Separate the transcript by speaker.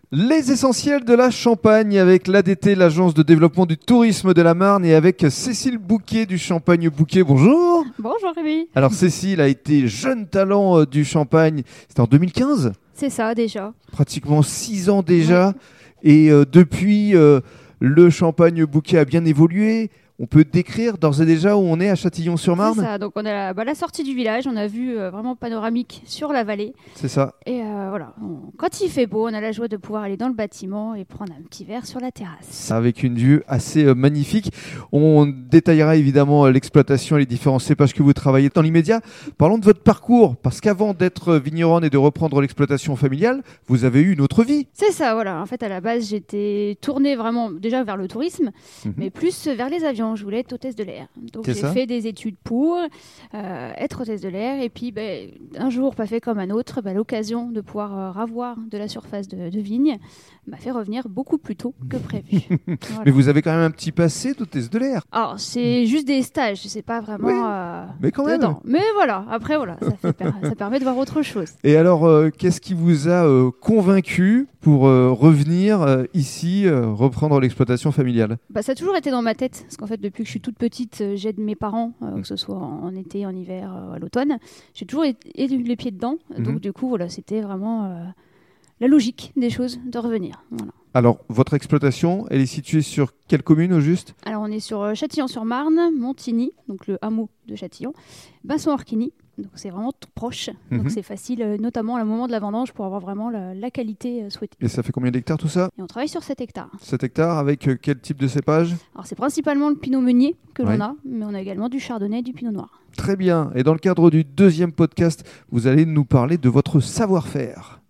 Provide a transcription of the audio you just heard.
Speaker 1: Les essentiels de la Champagne avec l'ADT, l'Agence de développement du tourisme de la Marne, et avec Cécile Bouquet du Champagne Bouquet. Bonjour.
Speaker 2: Bonjour Rémi.
Speaker 1: Alors Cécile a été jeune talent du Champagne, c'était en 2015,
Speaker 2: C'est ça déjà.
Speaker 1: pratiquement 6 ans déjà. Et depuis, le Champagne Bouquet a bien évolué. On peut décrire d'ores et déjà où on est à
Speaker 2: C'est
Speaker 1: Châtillon-sur-Marne.
Speaker 2: ça. Donc on a la sortie du village, on a vu vraiment panoramique sur la vallée.
Speaker 1: C'est ça.
Speaker 2: Et voilà, quand il fait beau, on a la joie de pouvoir aller dans le bâtiment et prendre un petit verre sur la terrasse.
Speaker 1: Avec une vue assez magnifique. On détaillera évidemment l'exploitation et les différents cépages que vous travaillez dans l'immédiat. Parlons de votre parcours, parce qu'avant d'être vigneronne et de reprendre l'exploitation familiale, vous avez eu une autre vie.
Speaker 2: C'est ça, voilà. En fait, à la base, j'étais tournée vraiment déjà vers le tourisme, mais plus vers les avions. Je voulais être hôtesse de l'air. Donc
Speaker 1: C'est
Speaker 2: j'ai
Speaker 1: ça.
Speaker 2: fait des études pour être hôtesse de l'air. Et puis, un jour, pas fait comme un autre, l'occasion de pouvoir ravoir de la surface de vigne m'a fait revenir beaucoup plus tôt que prévu. Voilà.
Speaker 1: Mais vous avez quand même un petit passé d'hôtesse de l'air.
Speaker 2: Alors, c'est juste des stages, c'est pas vraiment
Speaker 1: Oui, mais quand même.
Speaker 2: dedans. Mais voilà, après, voilà, ça permet de voir autre chose.
Speaker 1: Et alors, qu'est-ce qui vous a convaincu pour revenir ici, reprendre l'exploitation familiale ?
Speaker 2: Ça a toujours été dans ma tête, parce qu'en fait, depuis que je suis toute petite, j'aide mes parents, que ce soit en été, en hiver, à l'automne. J'ai toujours eu les pieds dedans, donc du coup, voilà, c'était vraiment la logique des choses de revenir. Voilà.
Speaker 1: Alors, votre exploitation, elle est située sur quelle commune au juste ?
Speaker 2: Alors, on est sur Châtillon-sur-Marne, Montigny, donc le hameau de Châtillon, Basson-Orquigny, donc c'est vraiment tout proche, donc c'est facile, notamment à un moment de la vendange, pour avoir vraiment la qualité souhaitée.
Speaker 1: Et ça fait combien d'hectares tout ça ?
Speaker 2: Et on travaille sur 7 hectares.
Speaker 1: 7 hectares avec quel type de cépage ?
Speaker 2: Alors, c'est principalement le pinot meunier que
Speaker 1: Ouais.
Speaker 2: l'on a, mais on a également du chardonnay et du pinot noir.
Speaker 1: Très bien. Et dans le cadre du deuxième podcast, vous allez nous parler de votre savoir-faire.